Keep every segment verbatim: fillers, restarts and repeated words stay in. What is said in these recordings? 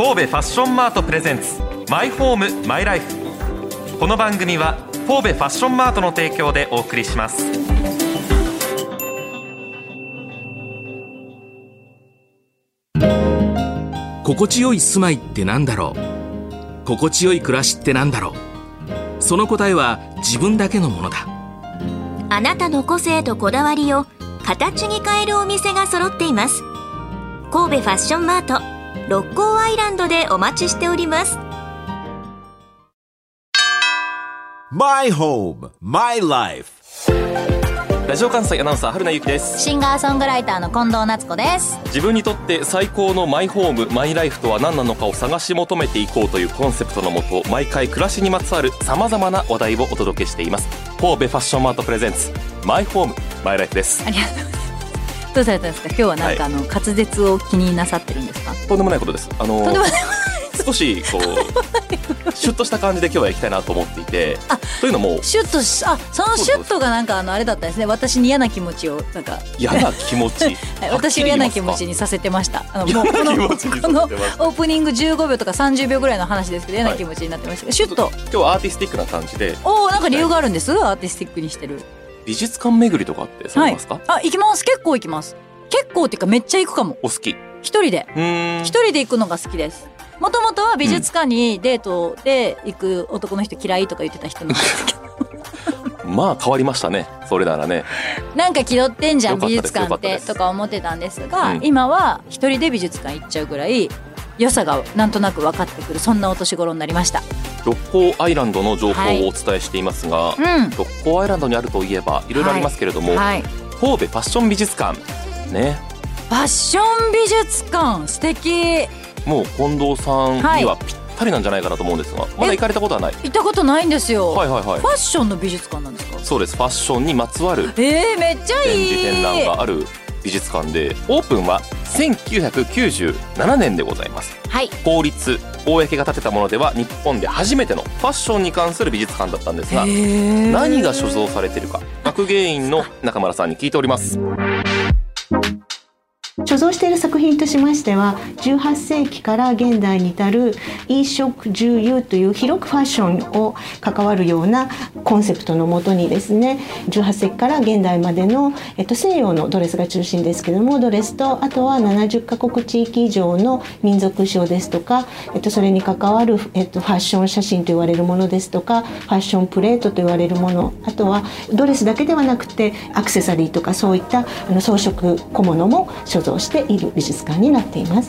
神戸ファッションマートプレゼンツマイホームマイライフ。この番組は神戸ファッションマートの提供でお送りします。 心地よい住まいってなんだろう、心地よい暮らしってなんだろう。その答えは自分だけのものだ。 あなたの個性とこだわりを形に変えるお店が揃っています。神戸ファッションマート六甲アイランドでお待ちしております。 My Home, My Life。 ラジオ関西アナウンサー春名由紀です。 シンガーソングライターの近藤夏子です。 自分にとって最高のマイホームマイライフとは何なのかを探し求めていこうというコンセプトのもと、毎回暮らしにまつわるさまざまな話題をお届けしています。神戸ファッションマートプレゼンツマイホームマイライフです。 ありがとうございます。どうされたんですか今日は。なんか、はい、あの滑舌を気になさってるんですか。 とんでもないことです。あのとんでもない少しこうシュッとした感じで今日は行きたいなと思っていて、あというのもシュッとしあそのシュッとがなんかあのあれだったんですね。私に嫌な気持ちをなんか嫌な気持ち私を嫌な気持ちにさせてました。あのもうこのこのオープニングじゅうごびょうとかさんじゅうびょうぐらいの話ですけど嫌な気持ちになってましたけど、はい、シュッと今日はアーティスティックな感じで。 おお、なんか理由があるんです。アーティスティックにしてる。 美術館巡りとかってされますか。はい、 あ行きます。結構行きます。結構っていうかめっちゃ行くかも。 お好き。 一人で一人で行くのが好きです。もともとは美術館にデートで行く男の人嫌いとか言ってた人なんですけどまあ変わりましたね。それならね、 なんか気取ってんじゃん美術館ってとか思ってたんですが、うん、今は一人で美術館行っちゃうぐらい良さがなんとなく分かってくる、そんなお年頃になりました。 六甲アイランドの情報をお伝えしていますが、はいうん、六甲アイランドにあるといえばいろいろありますけれども、はいはい、神戸ファッション美術館ね。 ファッション美術館素敵。 もう近藤さんにはぴったりなんじゃないかなと思うんですが、はい、まだ行かれたことはない。 行ったことないんですよ。 はいはいはい。 ファッションの美術館なんですか。 そうです。ファッションにまつわるえー、めっちゃいい展示展覧がある美術館で、オープンはせんきゅうひゃくきゅうじゅうななねんでございます。 はい。 公立公が建てたものでは日本で初めてのファッションに関する美術館だったんですが、何が所蔵されているか学芸員の中村さんに聞いております。 所蔵している作品としましてはじゅうはっせいきから現代に至る衣食住遊という広くファッションを関わるようなコンセプトのもとにですね、じゅうはっせいきから現代までの、えっと、西洋のドレスが中心ですけども、ドレスとあとはななじゅっかこく地域以上の民族衣装ですとか、えっと、それに関わる、えっと、ファッション写真と言われるものですとか、ファッションプレートと言われるもの、あとはドレスだけではなくてアクセサリーとかそういったあの装飾小物も所蔵している美術館になっています。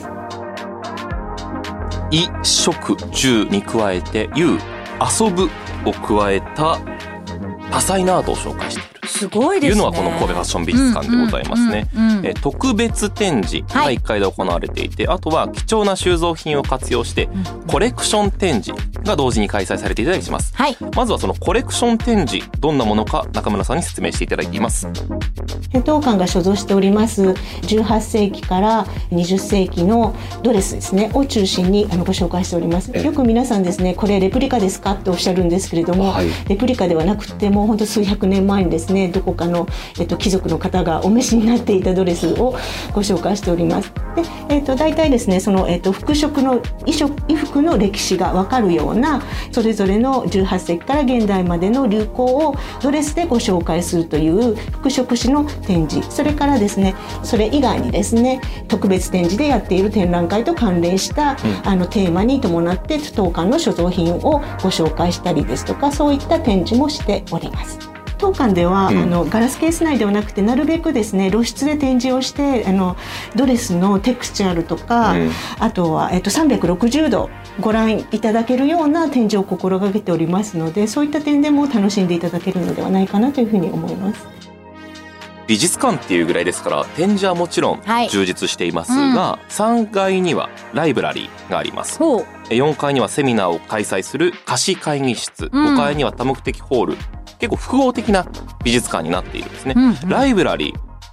衣食住に加えて遊遊ぶを加えた多彩なアートを紹介している。 すごいですね。 いうのはこの神戸ファッション美術館でございますね。 うんうんうんうん、 え特別展示がいっかいで行われていて、はい、あとは貴重な収蔵品を活用してコレクション展示が同時に開催されていたりします。はい、まずはそのコレクション展示どんなものか中村さんに説明していただいています。 当館が所蔵しておりますじゅうはっせいきからにじゅっせいきのドレスですねを中心にあのご紹介しております。よく皆さんですね、これレプリカですかっておっしゃるんですけれども、はい、レプリカではなくてもう本当数百年前にですね、どこかの、えっと、貴族の方がお召しになっていたドレスをご紹介しております。で、えっと、大体ですねその、えっと、服飾の衣食衣服の歴史が分かるようなそれぞれのじゅうはっせいきから現代までの流行をドレスでご紹介するという服飾史の展示、それからですねそれ以外にですね特別展示でやっている展覧会と関連した、うん、あのテーマに伴って当館の所蔵品をご紹介したりですとか、そういった展示もしております。当館では、うん、あのガラスケース内ではなくてなるべくですね露出で展示をしてあのドレスのテクスチャールとか、うん、あとは、えっと、さんびゃくろくじゅうどご覧いただけるような展示を心がけておりますので、そういった点でも楽しんでいただけるのではないかなというふうに思います。 美術館っていうぐらいですから展示はもちろん充実していますが、はいうん、さんがいにはライブラリーがあります。よんかいにはセミナーを開催する貸し会議室、うん、ごかいには多目的ホール、結構複合的な美術館になっているんですね。うんうん、ライブラリー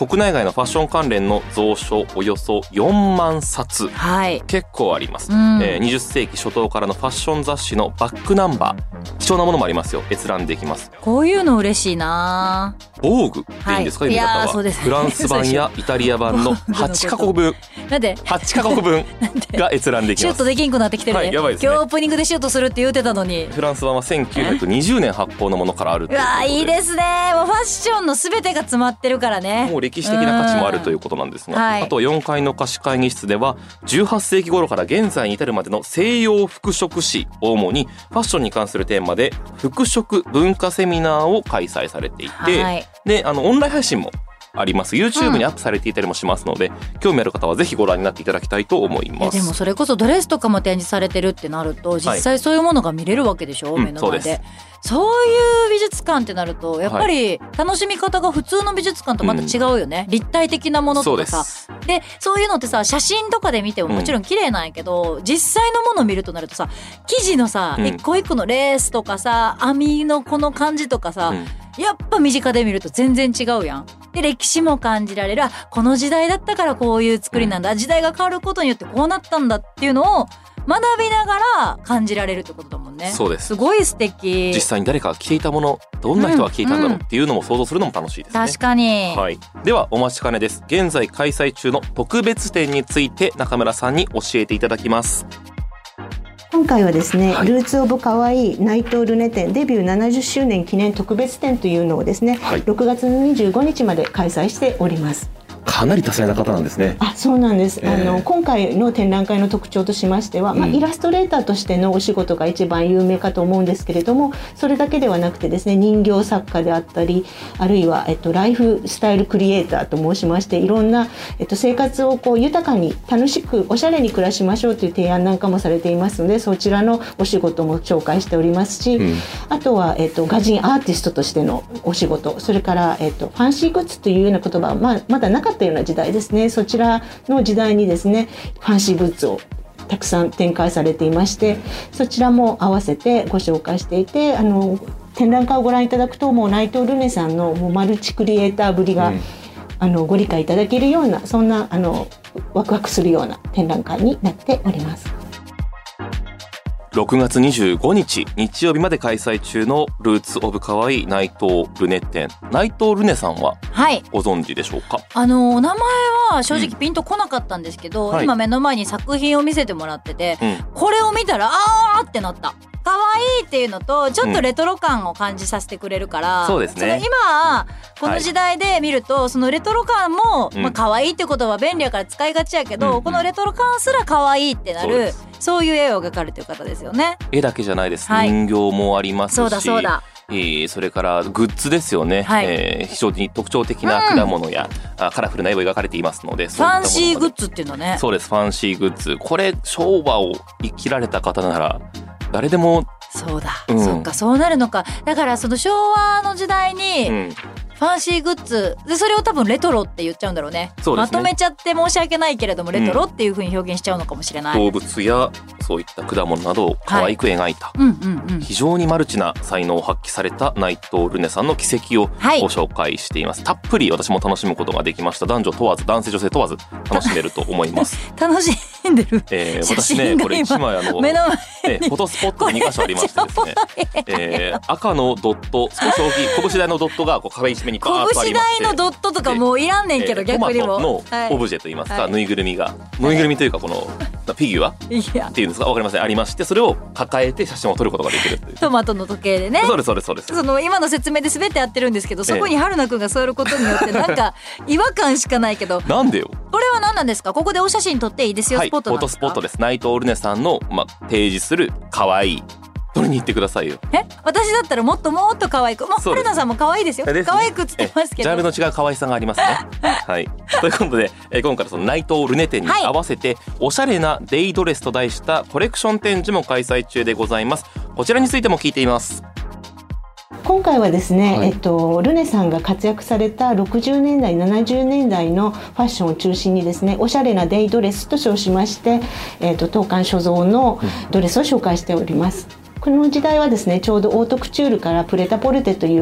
国内外のファッション関連の蔵書およそよんまんさつ、はい、結構あります、うんえー、にじゅっせいき初頭からのファッション雑誌のバックナンバー、貴重なものもありますよ。閲覧できます。 こういうの嬉しいな。 ボーグっていいんですか、はい、読み方は。そうです、ね、フランス版やイタリア版のはちカ国分なんではちカ国分が閲覧できます。 シュートできんくなってきてるね、 はい、やばいですね。 今日オープニングでシュートするって言ってたのに。 フランス版はせんきゅうひゃくにじゅうねん発行のものからあるということで。うわいいですね。もうファッションのすべてが詰まってるからね。 もう歴史的な価値もあるということなんですが、はい、あとよんかいの貸し会議室ではじゅうはっせいき頃から現在に至るまでの西洋服飾史を主にファッションに関するテーマで服飾文化セミナーを開催されていて、はい、であのオンライン配信もあります。 YouTube にアップされていたりもしますので、うん、興味ある方はぜひご覧になっていただきたいと思います。 でもそれこそドレスとかも展示されてるってなると実際そういうものが見れるわけでしょ、はい、目の前で、うん、そうです。そういう美術館ってなるとやっぱり楽しみ方が普通の美術館とまた違うよね、うん、立体的なものとかさ。そうででそういうのってさ写真とかで見てももちろん綺麗なんやけど、うん、実際のものを見るとなるとさ生地のさ、うん、一個一個のレースとかさ編みのこの感じとかさ、うん、やっぱ身近で見ると全然違うやん。で歴史も感じられる。あこの時代だったからこういう作りなんだ、時代が変わることによってこうなったんだっていうのを学びながら感じられるってことだもんね。 そうです。 すごい素敵。 実際に誰かが着ていたもの、どんな人が着ていたんだろうっていうのも想像するのも楽しいですね、 うんうん、確かに、 はい、ではお待ちかねです。現在開催中の特別展について中村さんに教えていただきます。 今回はですね、はい、ルーツオブかわいい内藤ルネ展デビューななじゅっしゅうねん記念特別展というのをですね、はい、ろくがつのにじゅうごにちまで開催しております。 かなり多彩な方なんですね。 あ、そうなんです、えー、あの今回の展覧会の特徴としましては、うんまあ、イラストレーターとしてのお仕事が一番有名かと思うんですけれども、それだけではなくてですね、人形作家であったり、あるいは、えっと、ライフスタイルクリエイターと申しまして、いろんな、えっと、生活をこう豊かに楽しくおしゃれに暮らしましょうという提案なんかもされていますので、そちらのお仕事も紹介しておりますし、うん、あとは、えっと、画人アーティストとしてのお仕事、それから、えっと、ファンシーグッズというような言葉は、まあ、まだなかったような時代ですね。そちらの時代にですね、ファンシーグッズをたくさん展開されていまして、そちらも合わせてご紹介していて、あの展覧会をご覧いただくともう内藤ルネさんのもうマルチクリエイターぶりが、うん、あのご理解いただけるような、そんなあのワクワクするような展覧会になっております。 ろくがつにじゅうごにち日曜日まで開催中のルーツオブかわいい内藤ルネ展。内藤ルネさんはご存知でしょうか？はい、 あのお名前は正直ピンとこなかったんですけど、うんはい、今目の前に作品を見せてもらってて、うん、これを見たらあーってなった。可愛いっていうのとちょっとレトロ感を感じさせてくれるから、うん、そうですね。今この時代で見ると、はい、そのレトロ感も、うんまあ、可愛いって言葉は便利やから使いがちやけど、うん、このレトロ感すら可愛いってなる、そうそういう絵を描かれてる方ですよね。 絵だけじゃないです、はい、人形もありますし、 そうだそうだ、 えー、それからグッズですよね、はいえー、非常に特徴的な果物や、うん、カラフルな絵を描かれていますので、 ファンシーグッズっていうのね。 そうです、ファンシーグッズ。これ昭和を生きられた方なら誰でもそうだ、うん、そっか、そうなるのか。だからその昭和の時代に、うんファンシーグッズで、それを多分レトロって言っちゃうんだろうね。そうですね。まとめちゃって申し訳ないけれども、レトロっていう風に表現しちゃうのかもしれない、 うん、動物やそういった果物などを可愛く描いた、はいうんうんうん、非常にマルチな才能を発揮された内藤ルネさんの軌跡をご紹介しています、はい、たっぷり私も楽しむことができました。男女問わず、男性女性問わず楽しめると思います楽しんでる、 えー、私ねこれ一枚あの目の前に、えー、フォトスポットがにかしょありましてですね、えー、赤のドット少し大きい拳大のドットがこう壁一面にバーッとありまして、 拳大のドットとかもういらんねんけど、逆にもトマトのオブジェといいますか、はい、ぬいぐるみがぬいぐるみというかこのフィギュアっていうんですか、わかりません、ありまして、それを抱えて写真を撮ることができるという。 トマトの時計でね。 そうですそうですそうです。 その今の説明で全てやってるんですけど、そこに春菜くんが座ることによってなんか違和感しかないけどなんでよ。 これは何なんですか？ここでお写真撮っていいですよ、 はい、 スポットなんですか？ フォトスポットです。内藤ルネさんの、ま、提示する可愛い取りに行ってくださいよ。 え、私だったらもっともっと可愛く、もう春菜さんも可愛いですよ。ですね、可愛くつってますけど、 ジャンルの違う可愛さがありますねはい。ということで、え今回その内藤ルネ展に合わせて、はい、おしゃれなデイドレスと題したコレクション展示も開催中でございます。こちらについても聞いています。 今回はですね、はいえっと、ルネさんが活躍されたろくじゅうねんだいななじゅうねんだいのファッションを中心にですね、おしゃれなデイドレスと称しまして、えっと、当館所蔵のドレスを紹介しております。この時代はですね、ちょうどオートクチュールからプレタポルテという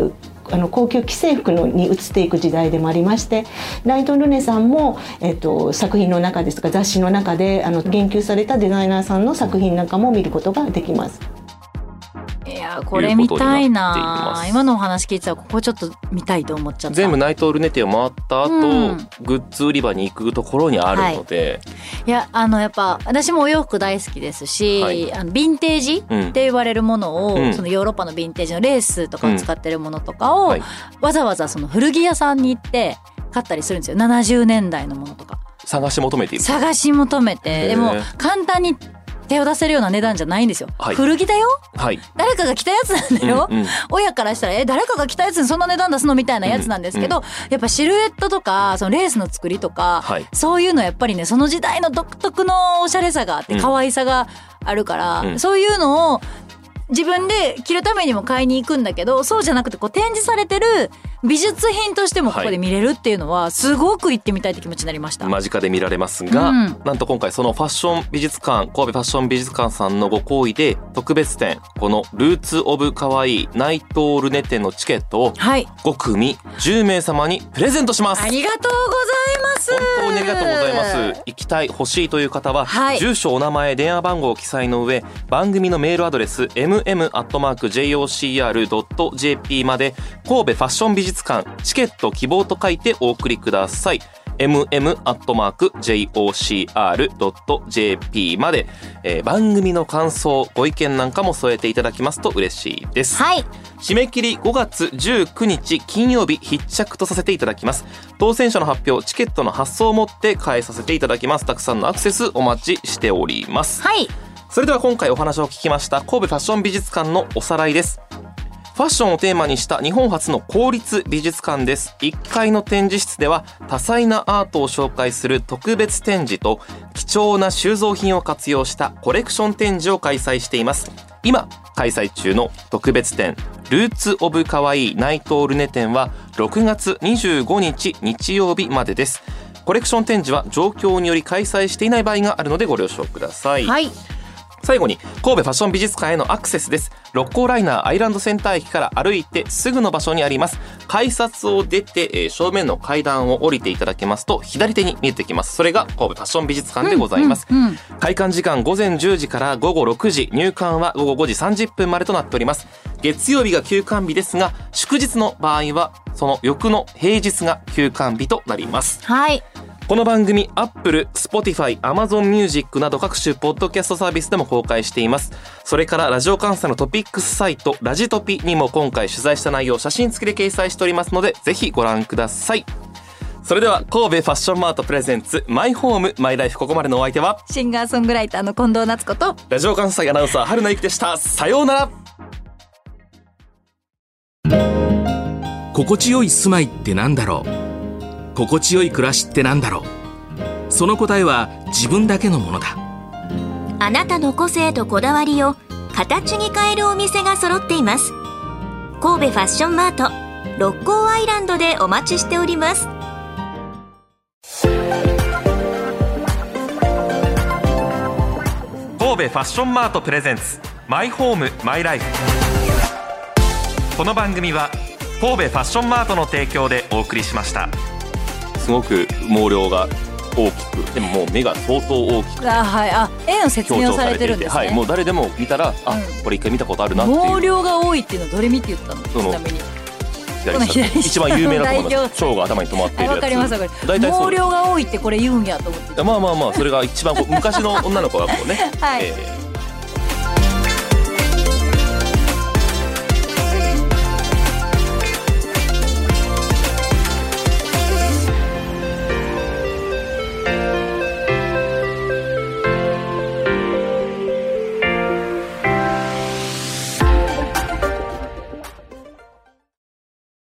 あの高級既製服のに移っていく時代でもありまして、ナイトルネさんも、えっと、作品の中ですとか雑誌の中であの言及されたデザイナーさんの作品なんかも見ることができます。 いやこれ見たいな。今のお話聞いてたらここちょっと見たいと思っちゃった。 全部ナイトルネ店を回った後、うん、グッズ売り場に行くところにあるので、 はい、いやあのやっぱ私もお洋服大好きですし、はい、あのヴィンテージって言われるものを、うん、そのヨーロッパのヴィンテージのレースとかを使ってるものとかを、うんはい、わざわざその古着屋さんに行って買ったりするんですよ。ななじゅうねんだいのものとか探し求めている。 探し求めて、でも簡単に手を出せるような値段じゃないんですよ、はい、古着だよ、はい、誰かが着たやつなんだよ、うんうん、親からしたらえ誰かが着たやつにそんな値段出すのみたいなやつなんですけど、うんうん、やっぱシルエットとかそのレースの作りとか、はい、そういうのやっぱりねその時代の独特のおしゃれさがあって可愛さがあるから、うん、そういうのを自分で着るためにも買いに行くんだけど、そうじゃなくてこう展示されてる美術品としてもここで見れるっていうのはすごく行ってみたいって気持ちになりました。 間近で見られますが、うん、なんと今回そのファッション美術館、神戸ファッション美術館さんのご好意で特別展、このルーツオブかわいいナイトールネ展のチケットをごくみじゅうめい様にプレゼントします。 ありがとうございます。 本当にありがとうございます。行きたい欲しいという方は、はい、住所お名前電話番号を記載の上、番組のメールアドレス エムエムアットマークジェイオーシーアールドットジェーピー まで神戸ファッション美術館チケット希望と書いてお送りください。 エムエムアットマークジェイオーシーアールドットジェーピー まで、えー、番組の感想ご意見なんかも添えていただきますと嬉しいです、 はい、 締め切りごがつじゅうくにち金曜日必着とさせていただきます。当選者の発表、チケットの発送をもって返させていただきます。たくさんのアクセスお待ちしております。 はい、 それでは今回お話を聞きました神戸ファッション美術館のおさらいです。ファッションをテーマにした日本初の公立美術館です。いっかいの展示室では多彩なアートを紹介する特別展示と貴重な収蔵品を活用したコレクション展示を開催しています。今開催中の特別展ルーツオブかわいいナイトールネ展はろくがつにじゅうごにち日曜日までです。コレクション展示は状況により開催していない場合があるのでご了承ください。 はい、 最後に神戸ファッション美術館へのアクセスです。六甲ライナーアイランドセンター駅から歩いてすぐの場所にあります。改札を出て、えー、正面の階段を降りていただけますと左手に見えてきます。それが神戸ファッション美術館でございます、うんうんうん、開館時間ごぜんじゅうじからごごろくじ、入館はごごごじさんじゅっぷんまでとなっております。月曜日が休館日ですが、祝日の場合はその翌の平日が休館日となります。 はい、 この番組 Apple、Spotify、Amazon Music など各種ポッドキャストサービスでも公開しています。それからラジオ関西のトピックスサイトラジトピにも今回取材した内容を写真付きで掲載しておりますのでぜひご覧ください。それでは神戸ファッションマートプレゼンツマイホームマイライフ、ここまでのお相手はシンガーソングライターの近藤夏子とラジオ関西アナウンサー春名由紀でした。さようなら。 心地よい住まいってなんだろう、心地よい暮らしってなんだろう。その答えは自分だけのものだ。 あなたの個性とこだわりを形に変えるお店が揃っています。神戸ファッションマート六甲アイランドでお待ちしております。 神戸ファッションマートプレゼンツマイホームマイライフ。この番組は神戸ファッションマートの提供でお送りしました。すごく毛量が大きく、でももう目が相当大きく、 あ、はい、あ、絵の説明をされてるんですね。 はい、もう誰でも見たら、あ、うん、これ一回見たことあるなっていう。 毛量が多いっていうのはどれ見て言ったの？ちなみに左一番有名だと思います。蝶が頭に止まっているやつ。 わかりますわかります。毛量が多いってこれ言うんやと思って。 まあまあまあ、それが一番昔の女の子がこうね、はい、えー